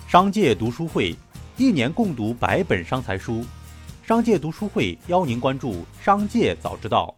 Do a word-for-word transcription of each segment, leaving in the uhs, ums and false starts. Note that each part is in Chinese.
商界读书会，一年共读百本商财书。商界读书会邀您关注商界早知道。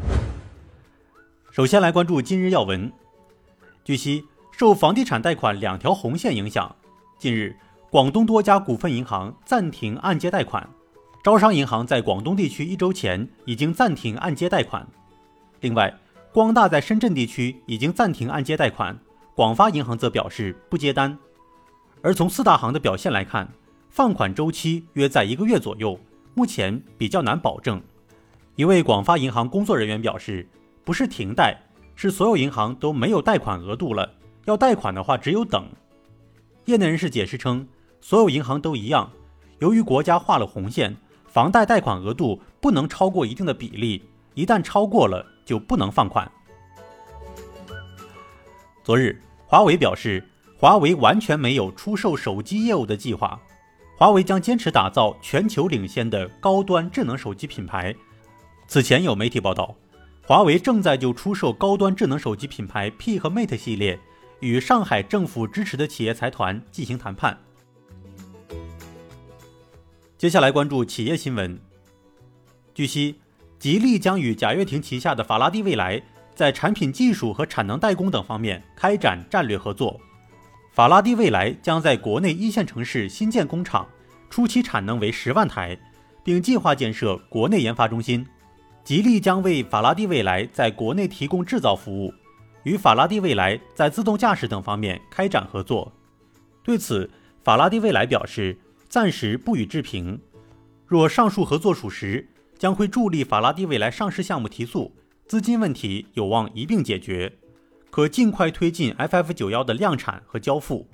首先来关注今日要闻。据悉，受房地产贷款两条红线影响，近日广东多家股份银行暂停按揭贷款。招商银行在广东地区一周前已经暂停按揭贷款。另外，光大在深圳地区已经暂停按揭贷款，广发银行则表示不接单。而从四大行的表现来看，放款周期约在一个月左右，目前比较难保证。一位广发银行工作人员表示，不是停贷，是所有银行都没有贷款额度了，要贷款的话只有等。业内人士解释称，所有银行都一样，由于国家画了红线，房贷贷款额度不能超过一定的比例，一旦超过了就不能放款。昨日，华为表示，华为完全没有出售手机业务的计划，华为将坚持打造全球领先的高端智能手机品牌。此前有媒体报道，华为正在就出售高端智能手机品牌 P 和 Mate 系列与上海政府支持的企业财团进行谈判。接下来关注企业新闻。据悉，吉利将与贾跃亭旗下的法拉第未来在产品技术和产能代工等方面开展战略合作。法拉第未来将在国内一线城市新建工厂，初期产能为十万台，并计划建设国内研发中心。吉利将为法拉第未来在国内提供制造服务，与法拉第未来在自动驾驶等方面开展合作。对此，法拉第未来表示，暂时不予置评。若上述合作属实，将会助力法拉第未来上市项目提速，资金问题有望一并解决，可尽快推进 F F 九十一 的量产和交付。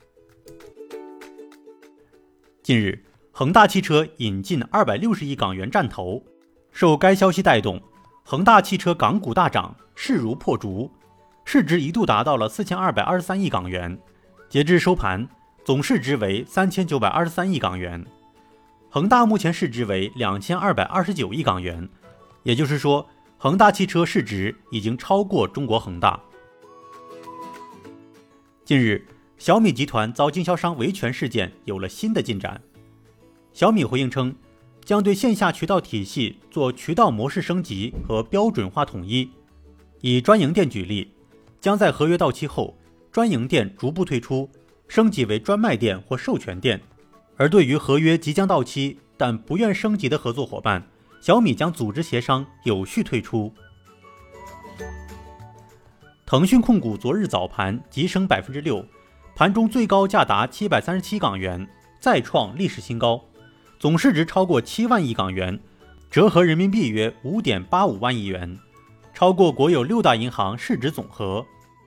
近日，恒大汽车引进二百六十亿港元战投，受该消息带动，恒大汽车港股大涨，势如破竹，市值一度达到了四千二百二十三亿港元，截至收盘，总市值为三千九百二十三亿港元。恒大目前市值为两千二百二十九亿港元，也就是说，恒大汽车市值已经超过中国恒大。近日，小米集团遭经销商维权事件有了新的进展。小米回应称，将对线下渠道体系做渠道模式升级和标准化统一。以专营店举例，将在合约到期后，专营店逐步退出，升级为专卖店或授权店。而对于合约即将到期但不愿升级的合作伙伴，小米将组织协商有序退出。腾讯控股昨日早盘急升 百分之六， 盘中最高价达七百三十七港元，再创历史新高，总市值超过七万亿港元，折合人民币约 五点八五万亿元，超过国有六大银行市值总和。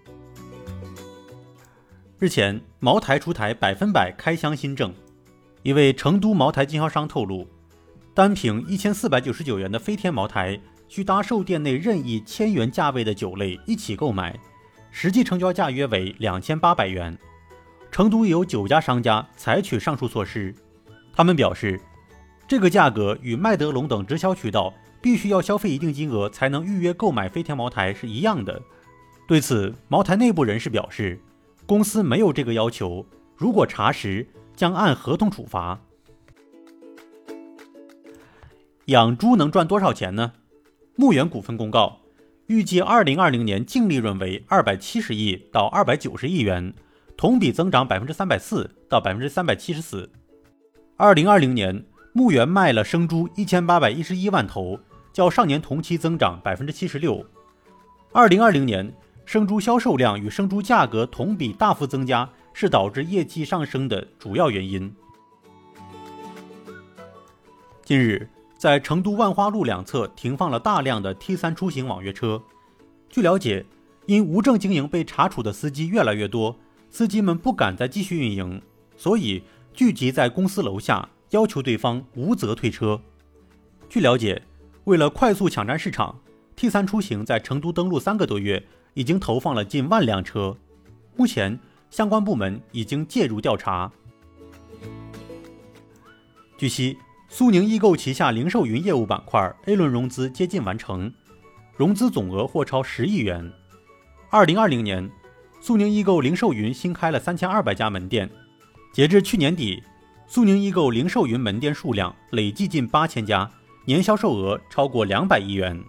日前，茅台出台百分百开箱新政。一位成都茅台经销商透露，单瓶一千四百九十九元的飞天茅台需搭售店内任意千元价位的酒类一起购买，实际成交价约为两千八百元。成都有九家商家采取上述措施，他们表示，这个价格与麦德龙等直销渠道必须要消费一定金额才能预约购买飞天茅台是一样的。对此，茅台内部人士表示，公司没有这个要求，如果查实，将按合同处罚。养猪能赚多少钱呢？牧原股份公告，预计二零二零年净利润为二百七十亿到二百九十亿元，同比增长 百分之三百四 到 百分之三百七十四。二零二零年，牧原卖了生猪一千八百一十一万头，较上年同期增长 百分之七十六。二零二零年，生猪销售量与生猪价格同比大幅增加，是导致业绩上升的主要原因。近日，在成都万花路两侧停放了大量的 T 三 出行网约车。据了解，因无证经营被查处的司机越来越多，司机们不敢再继续运营，所以聚集在公司楼下，要求对方无责退车。据了解，为了快速抢占市场， T 三 出行在成都登陆三个多月，已经投放了近万辆车。目前相关部门已经介入调查。据悉，苏宁易购旗下零售云业务板块 A 轮融资接近完成，融资总额或超十亿元。二零二零年，苏宁易购零售云新开了三千二百家门店， 截至去年底，苏宁易购零售云门店数量累计近八千家，年销售额超过两百亿元。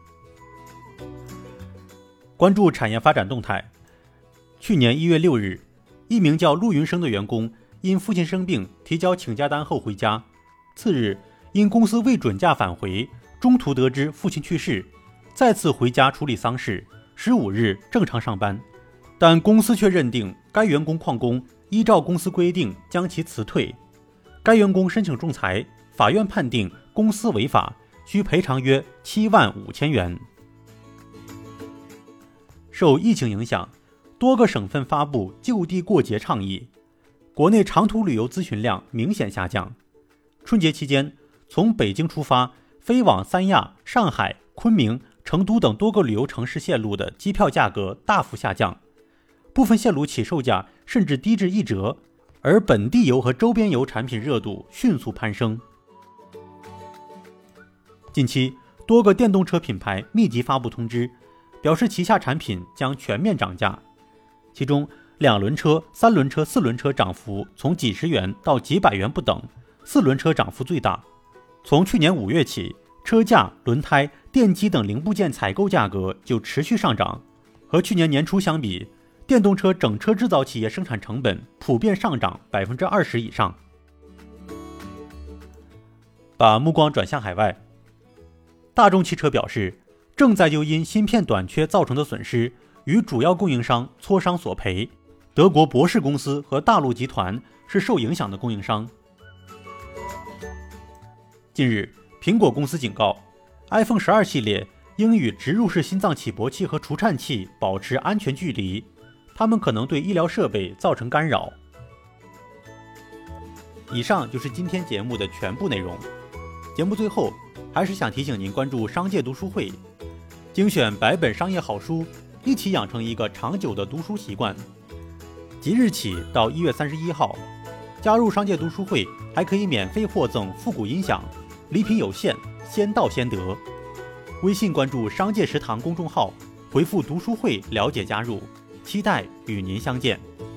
关注产业发展动态。去年一月六日，一名叫陆云生的员工因父亲生病提交请假单后回家，次日因公司未准假返回，中途得知父亲去世，再次回家处理丧事，十五日正常上班，但公司却认定该员工旷工，依照公司规定将其辞退。该员工申请仲裁，法院判定公司违法，需赔偿约七万五千元。受疫情影响，多个省份发布就地过节倡议，国内长途旅游咨询量明显下降。春节期间，从北京出发飞往三亚、上海、昆明、成都等多个旅游城市线路的机票价格大幅下降，部分线路起售价甚至低至一折，而本地游和周边游产品热度迅速攀升。近期，多个电动车品牌密集发布通知，表示旗下产品将全面涨价。其中，两轮车、三轮车、四轮车涨幅从几十元到几百元不等，四轮车涨幅最大。从去年五月起，车架、轮胎、电机等零部件采购价格就持续上涨。和去年年初相比，电动车整车制造企业生产成本普遍上涨 百分之二十 以上。把目光转向海外，大众汽车表示，正在就因芯片短缺造成的损失与主要供应商磋商索赔。德国博世公司和大陆集团是受影响的供应商。近日，苹果公司警告 iPhone 十二系列应与植入式心脏起搏器和除颤器保持安全距离，它们可能对医疗设备造成干扰。以上就是今天节目的全部内容。节目最后还是想提醒您关注商界读书会，精选百本商业好书，一起养成一个长久的读书习惯。即日起到一月三十一号，加入商界读书会还可以免费获赠复古音响，礼品有限，先到先得。微信关注商界食堂公众号，回复读书会了解加入，期待与您相见。